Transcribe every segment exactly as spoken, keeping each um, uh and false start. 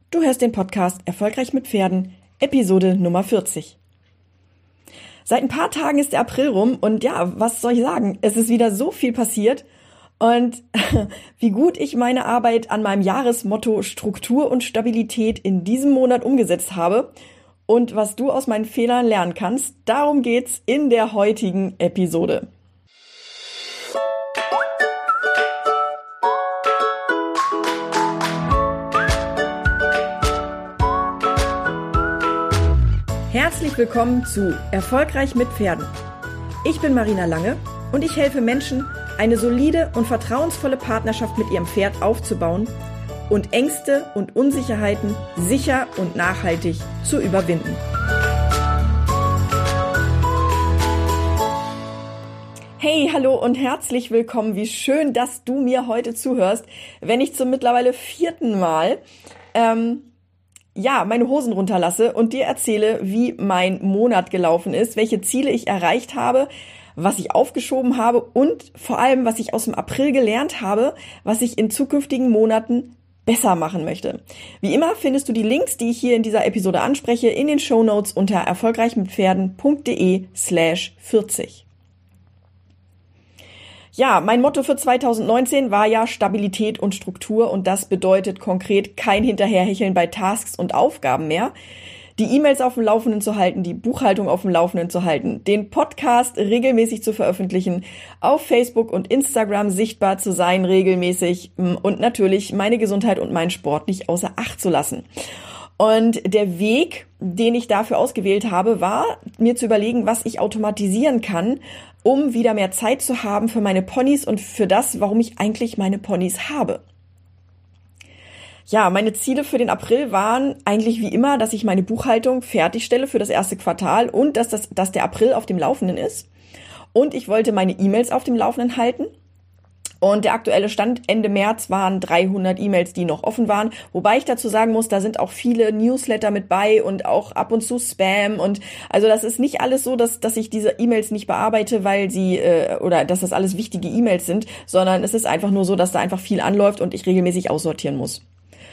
Du hörst den Podcast Erfolgreich mit Pferden, Episode Nummer vierzig. Seit ein paar Tagen ist der April rum und ja, was soll ich sagen? Es ist wieder so viel passiert und wie gut ich meine Arbeit an meinem Jahresmotto Struktur und Stabilität in diesem Monat umgesetzt habe und was du aus meinen Fehlern lernen kannst, darum geht's in der heutigen Episode. Herzlich willkommen zu Erfolgreich mit Pferden. Ich bin Marina Lange und ich helfe Menschen, eine solide und vertrauensvolle Partnerschaft mit ihrem Pferd aufzubauen und Ängste und Unsicherheiten sicher und nachhaltig zu überwinden. Hey, hallo und herzlich willkommen. Wie schön, dass du mir heute zuhörst, wenn ich zum mittlerweile vierten Mal ähm, ja, meine Hosen runterlasse und dir erzähle, wie mein Monat gelaufen ist, welche Ziele ich erreicht habe, was ich aufgeschoben habe und vor allem, was ich aus dem April gelernt habe, was ich in zukünftigen Monaten besser machen möchte. Wie immer findest du die Links, die ich hier in dieser Episode anspreche, in den Shownotes unter erfolgreichmitpferden.de slash 40. Ja, mein Motto für zwanzig neunzehn war ja Stabilität und Struktur und das bedeutet konkret kein Hinterherhecheln bei Tasks und Aufgaben mehr, die E-Mails auf dem Laufenden zu halten, die Buchhaltung auf dem Laufenden zu halten, den Podcast regelmäßig zu veröffentlichen, auf Facebook und Instagram sichtbar zu sein regelmäßig und natürlich meine Gesundheit und meinen Sport nicht außer Acht zu lassen. Und der Weg, den ich dafür ausgewählt habe, war, mir zu überlegen, was ich automatisieren kann, um wieder mehr Zeit zu haben für meine Ponys und für das, warum ich eigentlich meine Ponys habe. Ja, meine Ziele für den April waren eigentlich wie immer, dass ich meine Buchhaltung fertigstelle für das erste Quartal und dass, das, dass der April auf dem Laufenden ist. Und ich wollte meine E-Mails auf dem Laufenden halten. Und der aktuelle Stand Ende März waren dreihundert E-Mails, die noch offen waren. Wobei ich dazu sagen muss, da sind auch viele Newsletter mit bei und auch ab und zu Spam. Und also das ist nicht alles so, dass dass ich diese E-Mails nicht bearbeite, weil sie äh, oder dass das alles wichtige E-Mails sind, sondern es ist einfach nur so, dass da einfach viel anläuft und ich regelmäßig aussortieren muss.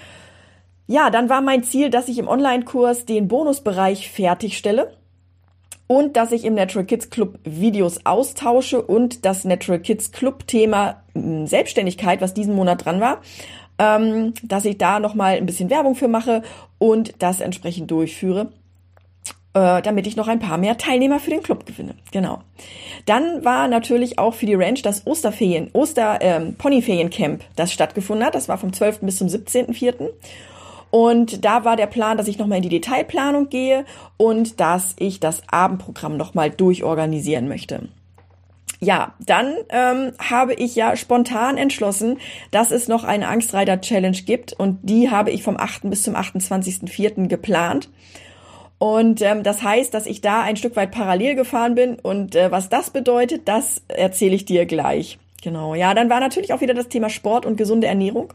Ja, dann war mein Ziel, dass ich im Online-Kurs den Bonusbereich fertigstelle. Und dass ich im Natural Kids Club Videos austausche und das Natural Kids Club Thema Selbstständigkeit, was diesen Monat dran war, ähm, dass ich da nochmal ein bisschen Werbung für mache und das entsprechend durchführe, äh, damit ich noch ein paar mehr Teilnehmer für den Club gewinne. Genau. Dann war natürlich auch für die Ranch das Osterferien, Oster ähm, Ponyferiencamp, das stattgefunden hat. Das war vom zwölften bis zum siebzehnten vierten Und da war der Plan, dass ich nochmal in die Detailplanung gehe und dass ich das Abendprogramm nochmal durchorganisieren möchte. Ja, dann ähm, habe ich ja spontan entschlossen, dass es noch eine Angstreiter-Challenge gibt und die habe ich vom achten bis zum achtundzwanzigsten vierten geplant. Und ähm, das heißt, dass ich da ein Stück weit parallel gefahren bin und äh, was das bedeutet, das erzähle ich dir gleich. Genau, ja, dann war natürlich auch wieder das Thema Sport und gesunde Ernährung.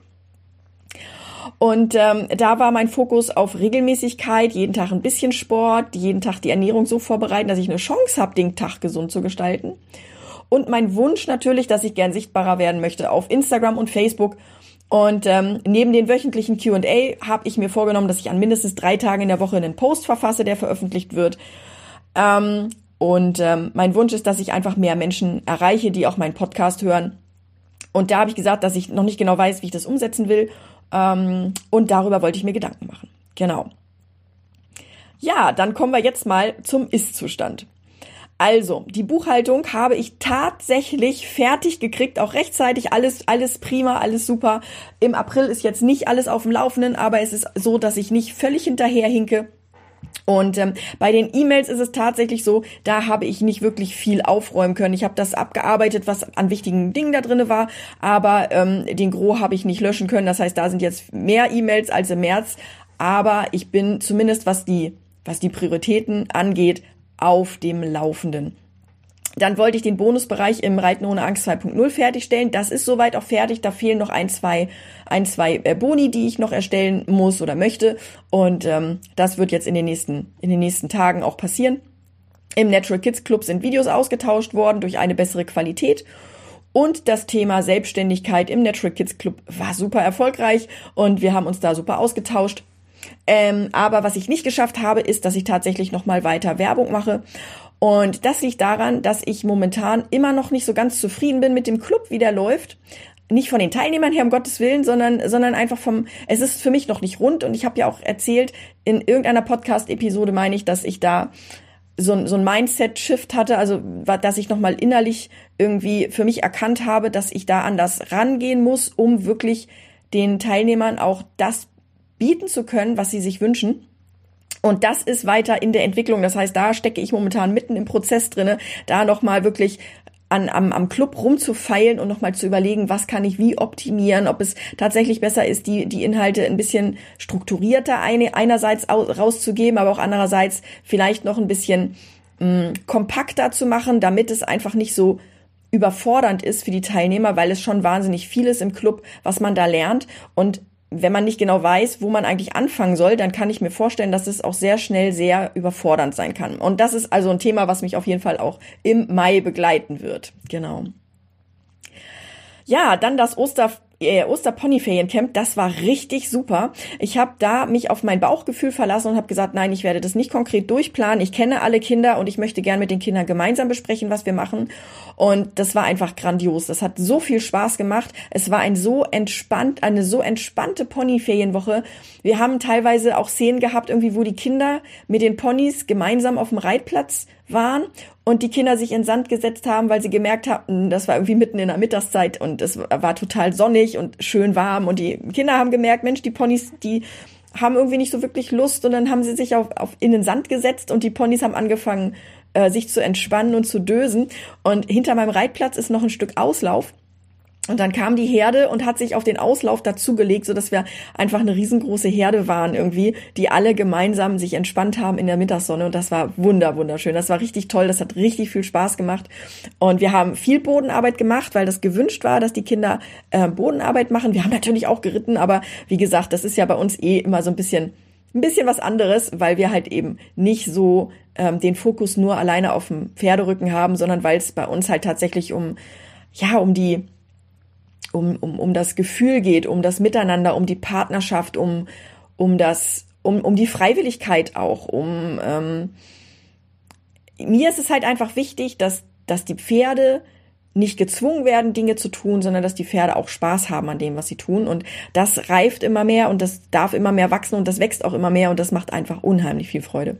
Und ähm, da war mein Fokus auf Regelmäßigkeit, jeden Tag ein bisschen Sport, jeden Tag die Ernährung so vorbereiten, dass ich eine Chance habe, den Tag gesund zu gestalten. Und mein Wunsch natürlich, dass ich gern sichtbarer werden möchte auf Instagram und Facebook. Und ähm, neben den wöchentlichen Q und A habe ich mir vorgenommen, dass ich an mindestens drei Tagen in der Woche einen Post verfasse, der veröffentlicht wird. Ähm, und ähm, mein Wunsch ist, dass ich einfach mehr Menschen erreiche, die auch meinen Podcast hören. Und da habe ich gesagt, dass ich noch nicht genau weiß, wie ich das umsetzen will. Um, und darüber wollte ich mir Gedanken machen. Genau. Ja, dann kommen wir jetzt mal zum Ist-Zustand. Also, die Buchhaltung habe ich tatsächlich fertig gekriegt, auch rechtzeitig, alles alles prima, alles super. Im April ist jetzt nicht alles auf dem Laufenden, aber es ist so, dass ich nicht völlig hinterherhinke. Und ähm, bei den E-Mails ist es tatsächlich so, da habe ich nicht wirklich viel aufräumen können. Ich habe das abgearbeitet, was an wichtigen Dingen da drin war, aber ähm, den Gros habe ich nicht löschen können. Das heißt, da sind jetzt mehr E-Mails als im März, aber ich bin zumindest, was die was die Prioritäten angeht, auf dem Laufenden. Dann wollte ich den Bonusbereich im Reiten ohne Angst zwei Punkt null fertigstellen. Das ist soweit auch fertig. Da fehlen noch ein, zwei, ein, zwei Boni, die ich noch erstellen muss oder möchte. Und ähm, das wird jetzt in den nächsten, in den nächsten Tagen auch passieren. Im Natural Kids Club sind Videos ausgetauscht worden durch eine bessere Qualität. Und das Thema Selbstständigkeit im Natural Kids Club war super erfolgreich und wir haben uns da super ausgetauscht. Ähm, aber was ich nicht geschafft habe, ist, dass ich tatsächlich nochmal weiter Werbung mache. Und das liegt daran, dass ich momentan immer noch nicht so ganz zufrieden bin mit dem Club, wie der läuft. Nicht von den Teilnehmern her, um Gottes Willen, sondern, sondern einfach vom, es ist für mich noch nicht rund. Und ich habe ja auch erzählt, in irgendeiner Podcast-Episode meine ich, dass ich da so, so ein Mindset-Shift hatte, also dass ich nochmal innerlich irgendwie für mich erkannt habe, dass ich da anders rangehen muss, um wirklich den Teilnehmern auch das bieten zu können, was sie sich wünschen. Und das ist weiter in der Entwicklung. Das heißt, da stecke ich momentan mitten im Prozess drinne, da nochmal wirklich An, am, am Club rumzufeilen und nochmal zu überlegen, was kann ich wie optimieren, ob es tatsächlich besser ist, die die Inhalte ein bisschen strukturierter eine, einerseits aus, rauszugeben, aber auch andererseits vielleicht noch ein bisschen mh, kompakter zu machen, damit es einfach nicht so überfordernd ist für die Teilnehmer, weil es schon wahnsinnig viel ist im Club, was man da lernt. Und wenn man nicht genau weiß, wo man eigentlich anfangen soll, dann kann ich mir vorstellen, dass es auch sehr schnell sehr überfordernd sein kann. Und das ist also ein Thema, was mich auf jeden Fall auch im Mai begleiten wird. Genau. Ja, dann das Oster äh, Osterponyferiencamp, das war richtig super. Ich habe da mich auf mein Bauchgefühl verlassen und habe gesagt, nein, ich werde das nicht konkret durchplanen. Ich kenne alle Kinder und ich möchte gern mit den Kindern gemeinsam besprechen, was wir machen. Und das war einfach grandios. Das hat so viel Spaß gemacht. Es war ein so entspannt, eine so entspannte Ponyferienwoche. Wir haben teilweise auch Szenen gehabt, irgendwie, wo die Kinder mit den Ponys gemeinsam auf dem Reitplatz waren und die Kinder sich in den Sand gesetzt haben, weil sie gemerkt hatten, das war irgendwie mitten in der Mittagszeit und es war total sonnig und schön warm und die Kinder haben gemerkt, Mensch, die Ponys, die haben irgendwie nicht so wirklich Lust und dann haben sie sich auf, auf in den Sand gesetzt und die Ponys haben angefangen, äh, sich zu entspannen und zu dösen und hinter meinem Reitplatz ist noch ein Stück Auslauf. Und dann kam die Herde und hat sich auf den Auslauf dazugelegt, so dass wir einfach eine riesengroße Herde waren irgendwie, die alle gemeinsam sich entspannt haben in der Mittagssonne. Und das war wunder, wunderschön. Das war richtig toll. Das hat richtig viel Spaß gemacht. Und wir haben viel Bodenarbeit gemacht, weil das gewünscht war, dass die Kinder äh, Bodenarbeit machen. Wir haben natürlich auch geritten, aber wie gesagt, das ist ja bei uns eh immer so ein bisschen ein bisschen was anderes, weil wir halt eben nicht so ähm, den Fokus nur alleine auf dem Pferderücken haben, sondern weil es bei uns halt tatsächlich um ja um die Um, um, um das Gefühl geht, um das Miteinander, um die Partnerschaft, um, um das, um, um die Freiwilligkeit auch, um, ähm, mir ist es halt einfach wichtig, dass, dass die Pferde nicht gezwungen werden, Dinge zu tun, sondern dass die Pferde auch Spaß haben an dem, was sie tun. Und das reift immer mehr und das darf immer mehr wachsen und das wächst auch immer mehr und das macht einfach unheimlich viel Freude.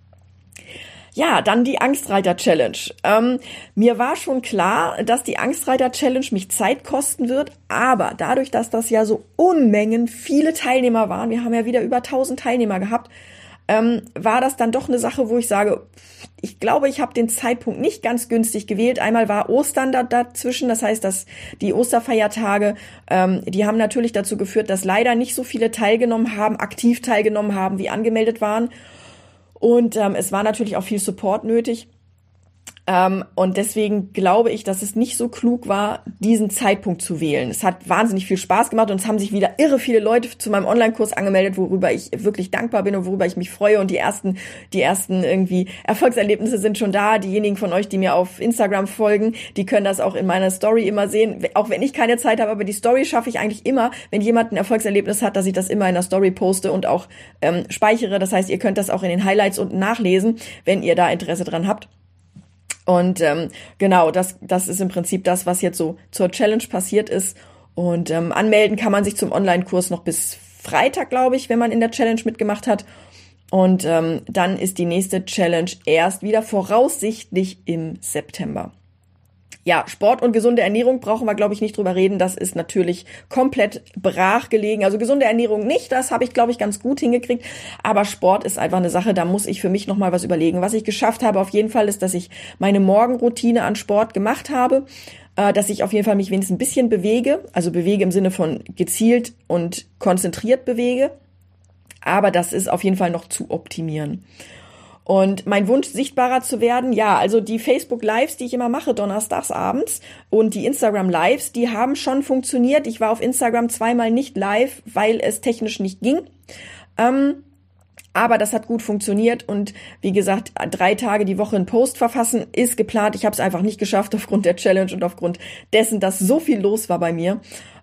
Ja, dann die Angstreiter-Challenge. Ähm, mir war schon klar, dass die Angstreiter-Challenge mich Zeit kosten wird, aber dadurch, dass das ja so Unmengen viele Teilnehmer waren, wir haben ja wieder über tausend Teilnehmer gehabt, ähm, war das dann doch eine Sache, wo ich sage, ich glaube, ich habe den Zeitpunkt nicht ganz günstig gewählt. Einmal war Ostern da, dazwischen, das heißt, dass die Osterfeiertage, ähm, die haben natürlich dazu geführt, dass leider nicht so viele teilgenommen haben, aktiv teilgenommen haben, wie angemeldet waren. Und ähm, es war natürlich auch viel Support nötig. Ähm, und deswegen glaube ich, dass es nicht so klug war, diesen Zeitpunkt zu wählen. Es hat wahnsinnig viel Spaß gemacht und es haben sich wieder irre viele Leute zu meinem Online-Kurs angemeldet, worüber ich wirklich dankbar bin und worüber ich mich freue. Und die ersten, die ersten irgendwie Erfolgserlebnisse sind schon da. Diejenigen von euch, die mir auf Instagram folgen, die können das auch in meiner Story immer sehen. Auch wenn ich keine Zeit habe, aber die Story schaffe ich eigentlich immer, wenn jemand ein Erfolgserlebnis hat, dass ich das immer in der Story poste und auch ähm, speichere. Das heißt, ihr könnt das auch in den Highlights unten nachlesen, wenn ihr da Interesse dran habt. Und ähm, genau, das das ist im Prinzip das, was jetzt so zur Challenge passiert ist. Und ähm, anmelden kann man sich zum Online-Kurs noch bis Freitag, glaube ich, wenn man in der Challenge mitgemacht hat. Und ähm, dann ist die nächste Challenge erst wieder voraussichtlich im September. Ja, Sport und gesunde Ernährung brauchen wir, glaube ich, nicht drüber reden. Das ist natürlich komplett brach gelegen. Also gesunde Ernährung nicht, das habe ich, glaube ich, ganz gut hingekriegt. Aber Sport ist einfach eine Sache, da muss ich für mich nochmal was überlegen. Was ich geschafft habe auf jeden Fall ist, dass ich meine Morgenroutine an Sport gemacht habe, äh, dass ich auf jeden Fall mich wenigstens ein bisschen bewege. Also bewege im Sinne von gezielt und konzentriert bewege. Aber das ist auf jeden Fall noch zu optimieren. Und mein Wunsch, sichtbarer zu werden, ja, also die Facebook-Lives, die ich immer mache, donnerstags abends und die Instagram-Lives, die haben schon funktioniert. Ich war auf Instagram zweimal nicht live, weil es technisch nicht ging. Ähm, aber das hat gut funktioniert und wie gesagt, drei Tage die Woche einen Post verfassen ist geplant. Ich habe es einfach nicht geschafft aufgrund der Challenge und aufgrund dessen, dass so viel los war bei mir.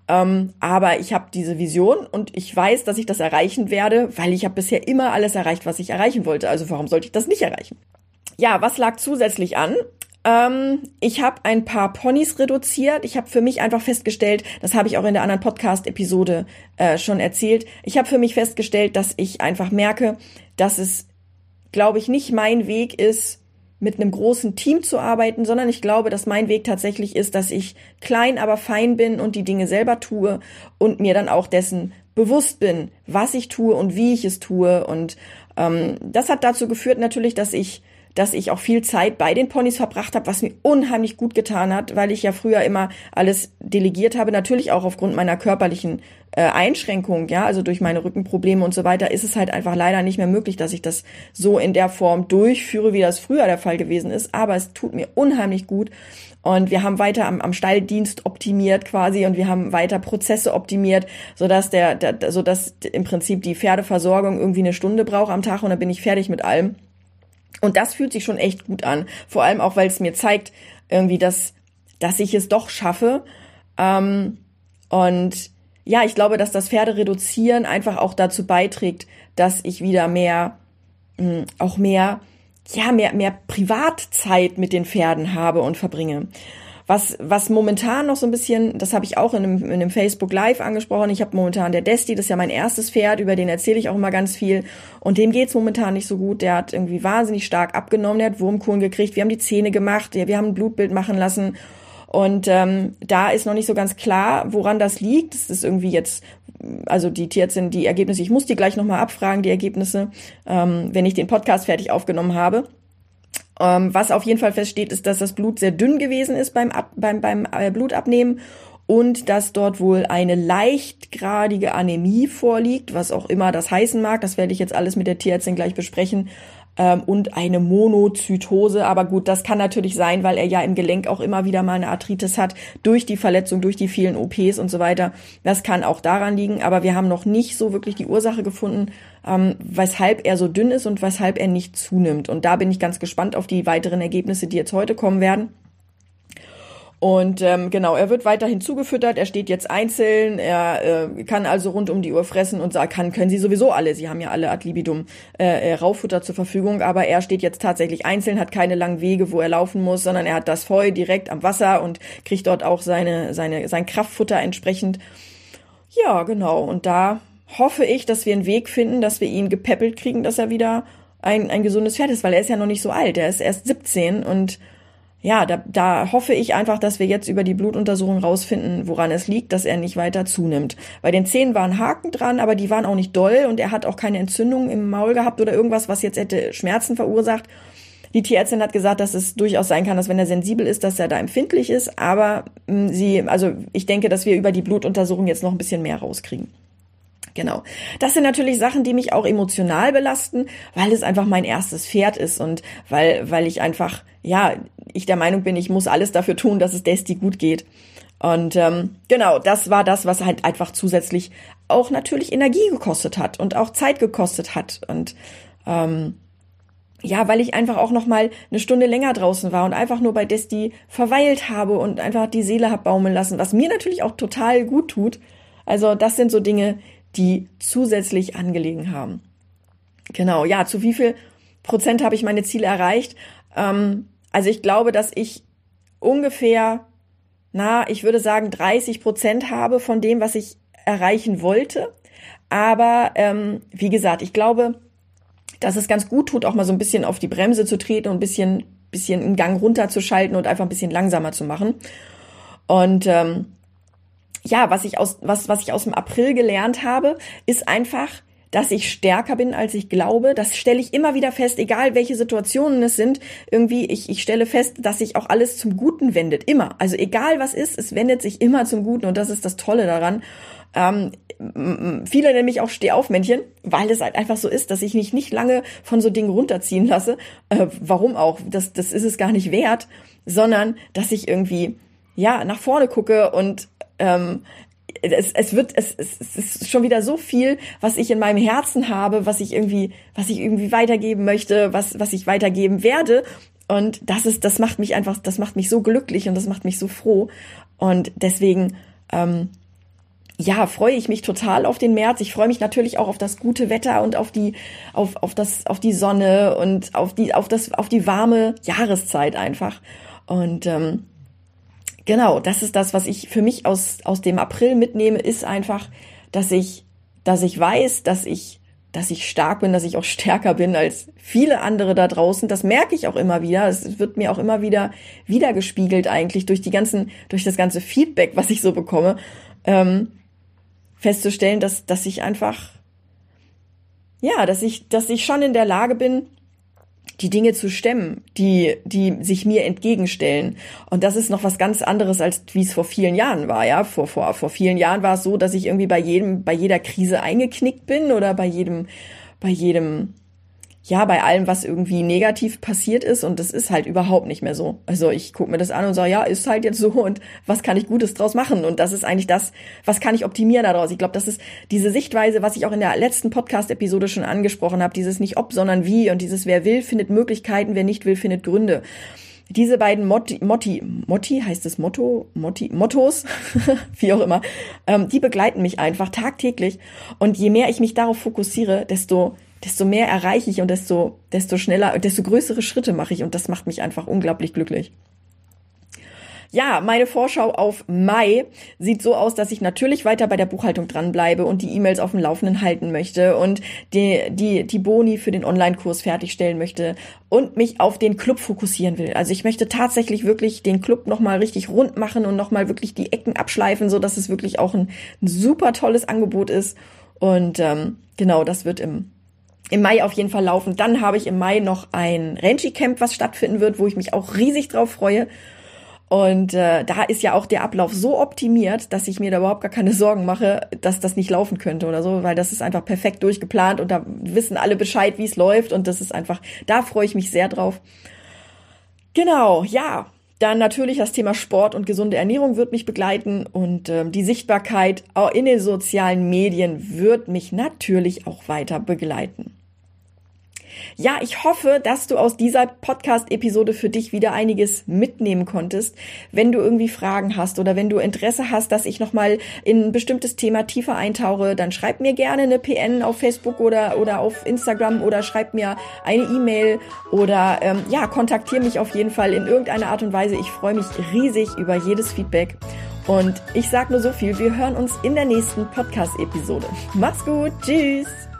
Ähm, aber ich habe diese Vision und ich weiß, dass ich das erreichen werde, weil ich habe bisher immer alles erreicht, was ich erreichen wollte. Also warum sollte ich das nicht erreichen? Ja, was lag zusätzlich an? Ähm, ich habe ein paar Ponys reduziert. Ich habe für mich einfach festgestellt, das habe ich auch in der anderen Podcast-Episode äh, schon erzählt, ich habe für mich festgestellt, dass ich einfach merke, dass es, glaube ich, nicht mein Weg ist, mit einem großen Team zu arbeiten, sondern ich glaube, dass mein Weg tatsächlich ist, dass ich klein, aber fein bin und die Dinge selber tue und mir dann auch dessen bewusst bin, was ich tue und wie ich es tue. Und ähm, das hat dazu geführt natürlich, dass ich dass ich auch viel Zeit bei den Ponys verbracht habe, was mir unheimlich gut getan hat, weil ich ja früher immer alles delegiert habe, natürlich auch aufgrund meiner körperlichen äh, Einschränkung, ja, also durch meine Rückenprobleme und so weiter, ist es halt einfach leider nicht mehr möglich, dass ich das so in der Form durchführe, wie das früher der Fall gewesen ist, aber es tut mir unheimlich gut und wir haben weiter am, am Stalldienst optimiert quasi und wir haben weiter Prozesse optimiert, sodass der, der sodass im Prinzip die Pferdeversorgung irgendwie eine Stunde braucht am Tag und dann bin ich fertig mit allem. Und das fühlt sich schon echt gut an. Vor allem auch, weil es mir zeigt, irgendwie, dass, dass ich es doch schaffe. Ähm, und ja, ich glaube, dass das Pferde reduzieren einfach auch dazu beiträgt, dass ich wieder mehr, mh, auch mehr, ja, mehr, mehr Privatzeit mit den Pferden habe und verbringe. Was, was momentan noch so ein bisschen, das habe ich auch in einem, in einem Facebook Live angesprochen, ich habe momentan der Desti, das ist ja mein erstes Pferd, über den erzähle ich auch immer ganz viel und dem geht's momentan nicht so gut, der hat irgendwie wahnsinnig stark abgenommen, der hat Wurmkuren gekriegt, wir haben die Zähne gemacht, wir haben ein Blutbild machen lassen und ähm, da ist noch nicht so ganz klar, woran das liegt, das ist irgendwie jetzt, also die Tierärztin, die Ergebnisse, ich muss die gleich nochmal abfragen, die Ergebnisse, ähm, wenn ich den Podcast fertig aufgenommen habe. Um, was auf jeden Fall feststeht, ist, dass das Blut sehr dünn gewesen ist beim, Ab, beim, beim äh, Blutabnehmen und dass dort wohl eine leichtgradige Anämie vorliegt, was auch immer das heißen mag. Das werde ich jetzt alles mit der Tierärztin gleich besprechen. Ähm, und eine Monozytose. Aber gut, das kann natürlich sein, weil er ja im Gelenk auch immer wieder mal eine Arthritis hat, durch die Verletzung, durch die vielen O Ps und so weiter. Das kann auch daran liegen, aber wir haben noch nicht so wirklich die Ursache gefunden, ähm, weshalb er so dünn ist und weshalb er nicht zunimmt. Und da bin ich ganz gespannt auf die weiteren Ergebnisse, die jetzt heute kommen werden. Und ähm, genau, er wird weiterhin zugefüttert, er steht jetzt einzeln, er äh, kann also rund um die Uhr fressen und kann, können sie sowieso alle, sie haben ja alle ad libitum äh, Rauffutter zur Verfügung, aber er steht jetzt tatsächlich einzeln, hat keine langen Wege, wo er laufen muss, sondern er hat das Heu direkt am Wasser und kriegt dort auch seine, seine, sein Kraftfutter entsprechend. Ja, genau, und da hoffe ich, dass wir einen Weg finden, dass wir ihn gepäppelt kriegen, dass er wieder ein, ein gesundes Pferd ist, weil er ist ja noch nicht so alt, er ist erst siebzehn und ja, da, da hoffe ich einfach, dass wir jetzt über die Blutuntersuchung rausfinden, woran es liegt, dass er nicht weiter zunimmt. Bei den Zähnen waren Haken dran, aber die waren auch nicht doll und er hat auch keine Entzündung im Maul gehabt oder irgendwas, was jetzt hätte Schmerzen verursacht. Die Tierärztin hat gesagt, dass es durchaus sein kann, dass wenn er sensibel ist, dass er da empfindlich ist, aber mh, sie, also ich denke, dass wir über die Blutuntersuchung jetzt noch ein bisschen mehr rauskriegen. Genau. Das sind natürlich Sachen, die mich auch emotional belasten, weil es einfach mein erstes Pferd ist und weil, weil ich einfach, ja, ich der Meinung bin, ich muss alles dafür tun, dass es Desti gut geht. Und ähm, genau, das war das, was halt einfach zusätzlich auch natürlich Energie gekostet hat und auch Zeit gekostet hat. Und ähm, ja, weil ich einfach auch noch mal eine Stunde länger draußen war und einfach nur bei Desti verweilt habe und einfach die Seele hab baumeln lassen, was mir natürlich auch total gut tut. Also das sind so Dinge, die zusätzlich angelegen haben. Genau, ja, zu wie viel Prozent habe ich meine Ziele erreicht? Ähm, also ich glaube, dass ich ungefähr, na, ich würde sagen dreißig Prozent habe von dem, was ich erreichen wollte. Aber ähm, wie gesagt, ich glaube, dass es ganz gut tut, auch mal so ein bisschen auf die Bremse zu treten und ein bisschen, bisschen einen Gang runterzuschalten und einfach ein bisschen langsamer zu machen. Und ähm, ja, was ich aus was was ich aus dem April gelernt habe, ist einfach, dass ich stärker bin, als ich glaube. Das stelle ich immer wieder fest, egal welche Situationen es sind. Irgendwie, ich ich stelle fest, dass sich auch alles zum Guten wendet, immer. Also egal was ist, es wendet sich immer zum Guten und das ist das Tolle daran. Ähm, viele nennen mich auch Stehaufmännchen, weil es halt einfach so ist, dass ich mich nicht lange von so Dingen runterziehen lasse. Äh, warum auch? Das das ist es gar nicht wert, sondern dass ich irgendwie ja nach vorne gucke und Ähm, es, es wird, es, es, es ist schon wieder so viel, was ich in meinem Herzen habe, was ich irgendwie, was ich irgendwie weitergeben möchte, was, was ich weitergeben werde. Und das ist, das macht mich einfach, das macht mich so glücklich und das macht mich so froh. Und deswegen, ähm, ja, freue ich mich total auf den März. Ich freue mich natürlich auch auf das gute Wetter und auf die, auf, auf das, auf die Sonne und auf die, auf das, auf die warme Jahreszeit einfach. Und ähm, genau, das ist das, was ich für mich aus aus dem April mitnehme, ist einfach, dass ich, dass ich weiß, dass ich, dass ich stark bin, dass ich auch stärker bin als viele andere da draußen. Das merke ich auch immer wieder. Es wird mir auch immer wieder wiedergespiegelt eigentlich durch die ganzen, durch das ganze Feedback, was ich so bekomme. Ähm, festzustellen, dass, dass ich einfach, ja, dass ich, dass ich schon in der Lage bin, die Dinge zu stemmen, die, die sich mir entgegenstellen. Und das ist noch was ganz anderes, als wie es vor vielen Jahren war, ja. Vor, vor, vor vielen Jahren war es so, dass ich irgendwie bei jedem, bei jeder Krise eingeknickt bin oder bei jedem, bei jedem, ja, bei allem, was irgendwie negativ passiert ist, und das ist halt überhaupt nicht mehr so. Also ich gucke mir das an und sage, ja, ist halt jetzt so, und was kann ich Gutes draus machen? Und das ist eigentlich das, was kann ich optimieren daraus? Ich glaube, das ist diese Sichtweise, was ich auch in der letzten Podcast-Episode schon angesprochen habe, dieses nicht ob, sondern wie, und dieses wer will, findet Möglichkeiten, wer nicht will, findet Gründe. Diese beiden Motti, Motti, Motti heißt es Motto, Motti, Mottos, wie auch immer, ähm, die begleiten mich einfach tagtäglich. Und je mehr ich mich darauf fokussiere, desto desto mehr erreiche ich und desto, desto schneller, desto größere Schritte mache ich, und das macht mich einfach unglaublich glücklich. Ja, meine Vorschau auf Mai sieht so aus, dass ich natürlich weiter bei der Buchhaltung dranbleibe und die E-Mails auf dem Laufenden halten möchte und die, die, die Boni für den Online-Kurs fertigstellen möchte und mich auf den Club fokussieren will. Also ich möchte tatsächlich wirklich den Club nochmal richtig rund machen und nochmal wirklich die Ecken abschleifen, so dass es wirklich auch ein, ein super tolles Angebot ist. Und ähm, genau, das wird im Im Mai auf jeden Fall laufen. Dann habe ich im Mai noch ein Renchi-Camp, was stattfinden wird, wo ich mich auch riesig drauf freue. Und äh, da ist ja auch der Ablauf so optimiert, dass ich mir da überhaupt gar keine Sorgen mache, dass das nicht laufen könnte oder so, weil das ist einfach perfekt durchgeplant und da wissen alle Bescheid, wie es läuft, und das ist einfach, da freue ich mich sehr drauf. Genau, ja. Dann natürlich das Thema Sport und gesunde Ernährung wird mich begleiten, und ähm, die Sichtbarkeit auch in den sozialen Medien wird mich natürlich auch weiter begleiten. Ja, ich hoffe, dass du aus dieser Podcast-Episode für dich wieder einiges mitnehmen konntest. Wenn du irgendwie Fragen hast oder wenn du Interesse hast, dass ich nochmal in ein bestimmtes Thema tiefer eintauche, dann schreib mir gerne eine P N auf Facebook oder oder auf Instagram oder schreib mir eine E-Mail oder ähm, ja, kontaktiere mich auf jeden Fall in irgendeiner Art und Weise. Ich freue mich riesig über jedes Feedback. Und ich sag nur so viel, wir hören uns in der nächsten Podcast-Episode. Mach's gut, tschüss!